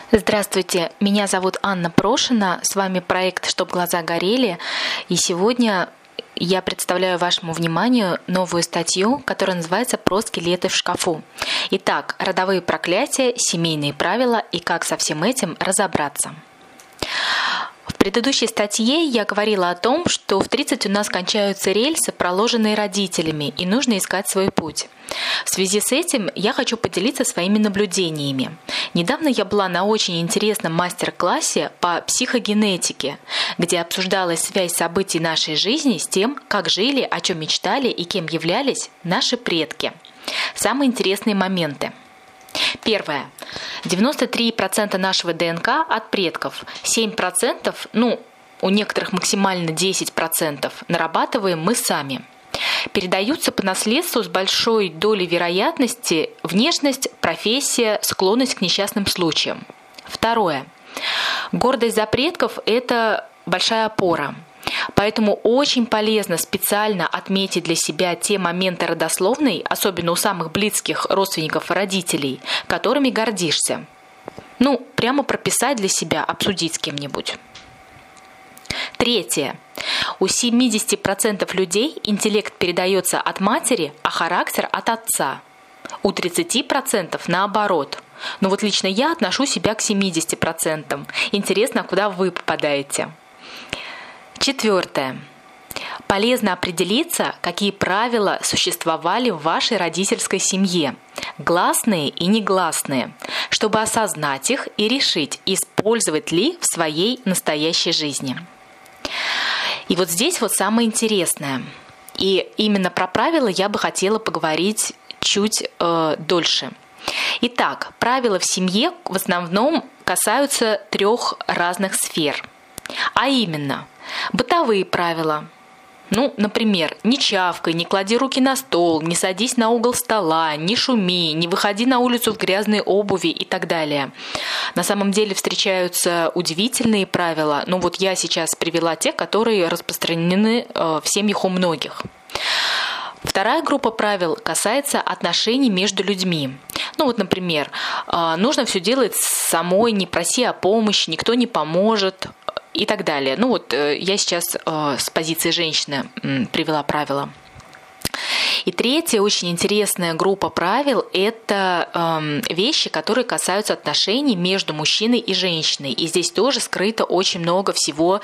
Здравствуйте, меня зовут Анна Прошина, с вами проект «Чтоб глаза горели», и сегодня я представляю вашему вниманию новую статью, которая называется «Про скелеты в шкафу». Итак, родовые проклятия, семейные правила и как со всем этим разобраться. В предыдущей статье я говорила о том, что в 30 у нас кончаются рельсы, проложенные родителями, и нужно искать свой путь. В связи с этим я хочу поделиться своими наблюдениями. Недавно я была на очень интересном мастер-классе по психогенетике, где обсуждалась связь событий нашей жизни с тем, как жили, о чем мечтали и кем являлись наши предки. Самые интересные моменты. Первое. 93% нашего ДНК от предков, 7%, у некоторых максимально 10%, нарабатываем мы сами. Передаются по наследству с большой долей вероятности внешность, профессия, склонность к несчастным случаям. Второе. Гордость за предков – это большая опора. Поэтому очень полезно специально отметить для себя те моменты родословной, особенно у самых близких родственников и родителей, которыми гордишься. Прямо прописать для себя, обсудить с кем-нибудь. Третье. У 70% людей интеллект передается от матери, а характер от отца. У 30% наоборот. Лично я отношу себя к 70%. Интересно, куда вы попадаете? Четвертое. Полезно определиться, какие правила существовали в вашей родительской семье, гласные и негласные, чтобы осознать их и решить, использовать ли в своей настоящей жизни. И здесь самое интересное. И именно про правила я бы хотела поговорить чуть дольше. Итак, правила в семье в основном касаются 3 разных сфер. А именно, бытовые правила. Например, не чавкай, не клади руки на стол, не садись на угол стола, не шуми, не выходи на улицу в грязной обуви и так далее. На самом деле встречаются удивительные правила. Я сейчас привела те, которые распространены в семьях у многих. Вторая группа правил касается отношений между людьми. Например, нужно все делать самой, не проси о помощи, никто не поможет и так далее. Я сейчас с позиции женщины привела правила. И третья очень интересная группа правил – это вещи, которые касаются отношений между мужчиной и женщиной. И здесь тоже скрыто очень много всего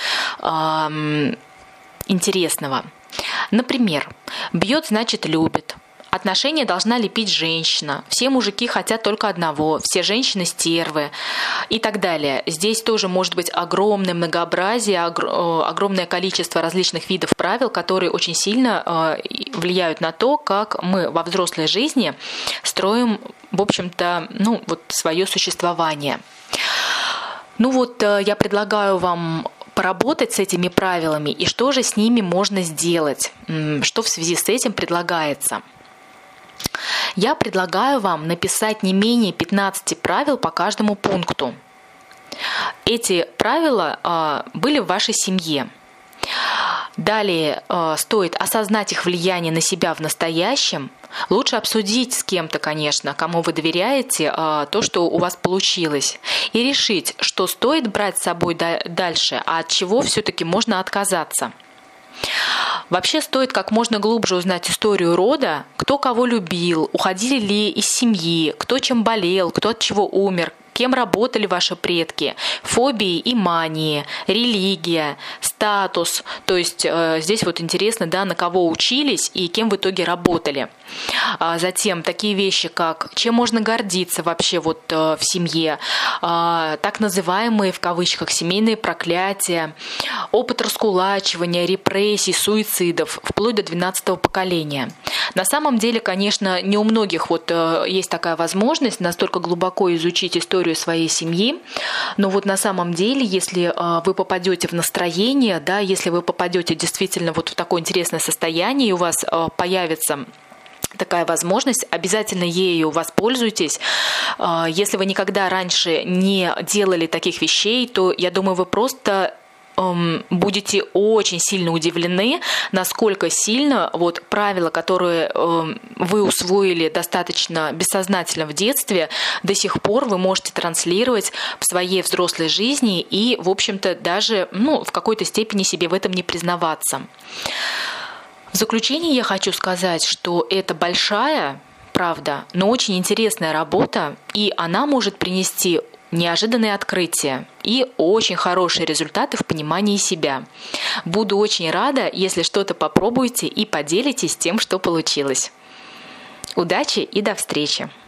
интересного. Например, бьет, значит, любит. Отношения должна лепить женщина. Все мужики хотят только одного. Все женщины стервы и так далее. Здесь тоже может быть огромное многообразие, огромное количество различных видов правил, которые очень сильно влияют на то, как мы во взрослой жизни строим, в общем-то, свое существование. Я предлагаю вам поработать с этими правилами и что же с ними можно сделать, что в связи с этим предлагается. Я предлагаю вам написать не менее 15 правил по каждому пункту. Эти правила были в вашей семье. Далее стоит осознать их влияние на себя в настоящем. Лучше обсудить с кем-то, конечно, кому вы доверяете, то, что у вас получилось. И решить, что стоит брать с собой дальше, а от чего все-таки можно отказаться. Вообще стоит как можно глубже узнать историю рода, кто кого любил, уходили ли из семьи, кто чем болел, кто от чего умер, кем работали ваши предки, фобии и мании, религия, статус. То есть здесь интересно, на кого учились и кем в итоге работали. Затем такие вещи, как чем можно гордиться вообще в семье, так называемые в кавычках семейные проклятия, опыт раскулачивания, репрессий, суицидов, вплоть до 12-го поколения. На самом деле, конечно, не у многих есть такая возможность настолько глубоко изучить историю своей семьи, но на самом деле, если вы попадете в настроение, если вы попадете действительно в такое интересное состояние, и у вас появится такая возможность, обязательно ею воспользуйтесь. Если вы никогда раньше не делали таких вещей, то, я думаю, вы просто будете очень сильно удивлены, насколько сильно вот правила, которые вы усвоили достаточно бессознательно в детстве, до сих пор вы можете транслировать в своей взрослой жизни и, в общем-то, даже в какой-то степени себе в этом не признаваться. В заключение я хочу сказать, что это большая, правда, но очень интересная работа, и она может принести неожиданные открытия и очень хорошие результаты в понимании себя. Буду очень рада, если что-то попробуете и поделитесь тем, что получилось. Удачи и до встречи!